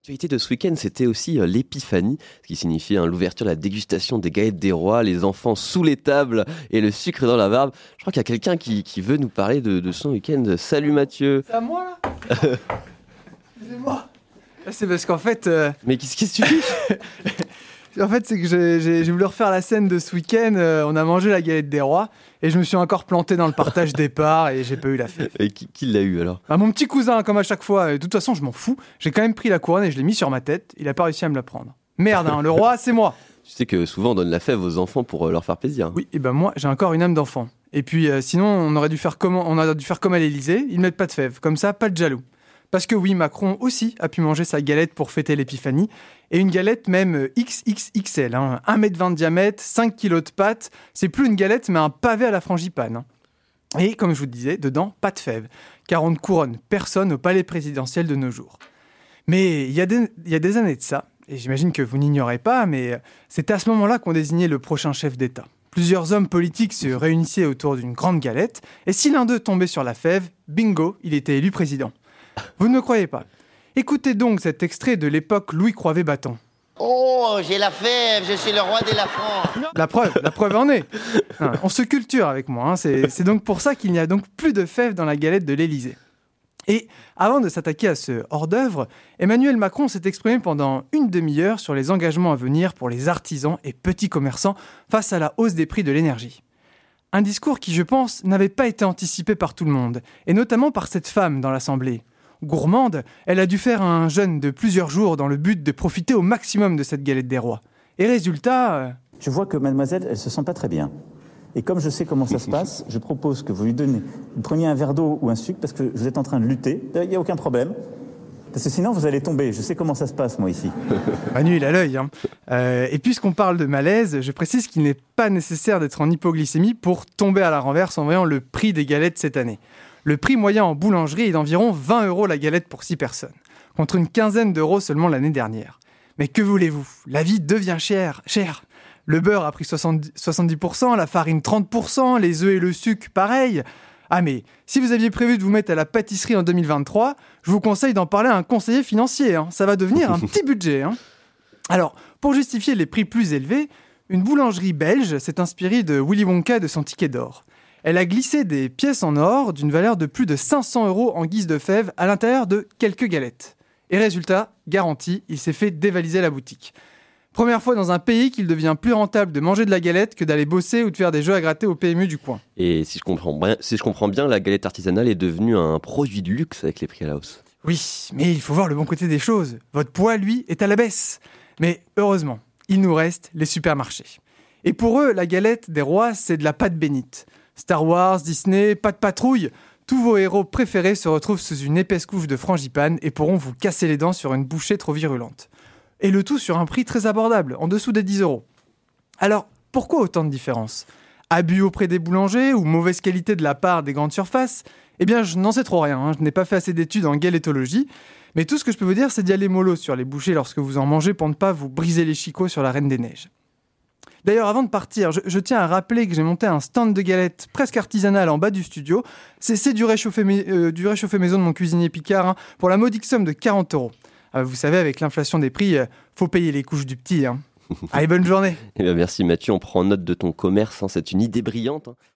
L'actualité de ce week-end, c'était aussi l'épiphanie, ce qui signifie l'ouverture, la dégustation des galettes des rois, les enfants sous les tables et le sucre dans la barbe. Je crois qu'il y a quelqu'un qui veut nous parler de son week-end. Salut Mathieu. C'est à moi là. Excusez-moi. C'est parce qu'en fait... Mais qu'est-ce que tu fais? En fait, c'est que j'ai voulu refaire la scène de ce week-end. On a mangé la galette des rois et je me suis encore planté dans le partage des parts et j'ai pas eu la fête. Et qui l'a eu alors? Mon petit cousin, comme à chaque fois. De toute façon, je m'en fous. J'ai quand même pris la couronne et je l'ai mis sur ma tête. Il a pas réussi à me la prendre. Merde, le roi, c'est moi. Tu sais que souvent on donne la fève aux enfants pour leur faire plaisir. Oui, et moi, j'ai encore une âme d'enfant. Et puis, sinon, on aurait dû faire comme à l'Élysée. Ils mettent pas de fèves. Comme ça, pas de jaloux. Parce que oui, Macron aussi a pu manger sa galette pour fêter l'épiphanie. Et une galette même XXXL, 1m20 de diamètre, 5 kg de pâtes. C'est plus une galette, mais un pavé à la frangipane. Et comme je vous disais, dedans, pas de fèves. Car on ne couronne personne au palais présidentiel de nos jours. Mais il y a des années de ça, et j'imagine que vous n'ignorez pas, mais c'était à ce moment-là qu'on désignait le prochain chef d'État. Plusieurs hommes politiques se réunissaient autour d'une grande galette, et si l'un d'eux tombait sur la fève, bingo, il était élu président. Vous ne me croyez pas? Écoutez donc cet extrait de l'époque Louis Croivet-Bâton. Oh, j'ai la fève, je suis le roi des lafrons. La preuve en est. On se culture avec moi, c'est donc pour ça qu'il n'y a donc plus de fèves dans la galette de l'Élysée. Et avant de s'attaquer à ce hors-d'œuvre, Emmanuel Macron s'est exprimé pendant une demi-heure sur les engagements à venir pour les artisans et petits commerçants face à la hausse des prix de l'énergie. Un discours qui, je pense, n'avait pas été anticipé par tout le monde, et notamment par cette femme dans l'Assemblée. Gourmande, elle a dû faire un jeûne de plusieurs jours dans le but de profiter au maximum de cette galette des rois. Et résultat... Je vois que mademoiselle, elle se sent pas très bien. Et comme je sais comment ça se passe, je propose que vous preniez un verre d'eau ou un sucre parce que vous êtes en train de lutter. Il n'y a aucun problème. Parce que sinon, vous allez tomber. Je sais comment ça se passe, moi, ici. Manu, il a l'œil. Et puisqu'on parle de malaise, je précise qu'il n'est pas nécessaire d'être en hypoglycémie pour tomber à la renverse en voyant le prix des galettes cette année. Le prix moyen en boulangerie est d'environ 20 € la galette pour 6 personnes, contre une quinzaine d'euros seulement l'année dernière. Mais que voulez-vous? La vie devient chère. Le beurre a pris 70%, la farine 30%, les œufs et le sucre pareil. Ah mais, si vous aviez prévu de vous mettre à la pâtisserie en 2023, je vous conseille d'en parler à un conseiller financier. Ça va devenir un petit budget. Alors, pour justifier les prix plus élevés, une boulangerie belge s'est inspirée de Willy Wonka et de son ticket d'or. Elle a glissé des pièces en or d'une valeur de plus de 500 € en guise de fèves à l'intérieur de quelques galettes. Et résultat, garanti, il s'est fait dévaliser la boutique. Première fois dans un pays qu'il devient plus rentable de manger de la galette que d'aller bosser ou de faire des jeux à gratter au PMU du coin. Et si je comprends bien, la galette artisanale est devenue un produit de luxe avec les prix à la hausse. Oui, mais il faut voir le bon côté des choses. Votre poids, lui, est à la baisse. Mais heureusement, il nous reste les supermarchés. Et pour eux, la galette des rois, c'est de la pâte bénite. Star Wars, Disney, pas de patrouille, tous vos héros préférés se retrouvent sous une épaisse couche de frangipane et pourront vous casser les dents sur une bouchée trop virulente. Et le tout sur un prix très abordable, en dessous des 10 €. Alors, pourquoi autant de différences? Abus auprès des boulangers ou mauvaise qualité de la part des grandes surfaces? Eh bien, je n'en sais trop rien, je n'ai pas fait assez d'études en galétologie, mais tout ce que je peux vous dire, c'est d'y aller mollo sur les bouchées lorsque vous en mangez pour ne pas vous briser les chicots sur la Reine des Neiges. D'ailleurs, avant de partir, je tiens à rappeler que j'ai monté un stand de galettes presque artisanal en bas du studio. C'est du réchauffé maison de mon cuisinier Picard, pour la modique somme de 40 €. Vous savez, avec l'inflation des prix, faut payer les couches du petit. Allez, bonne journée. Merci Mathieu, on prend note de ton commerce, c'est une idée brillante.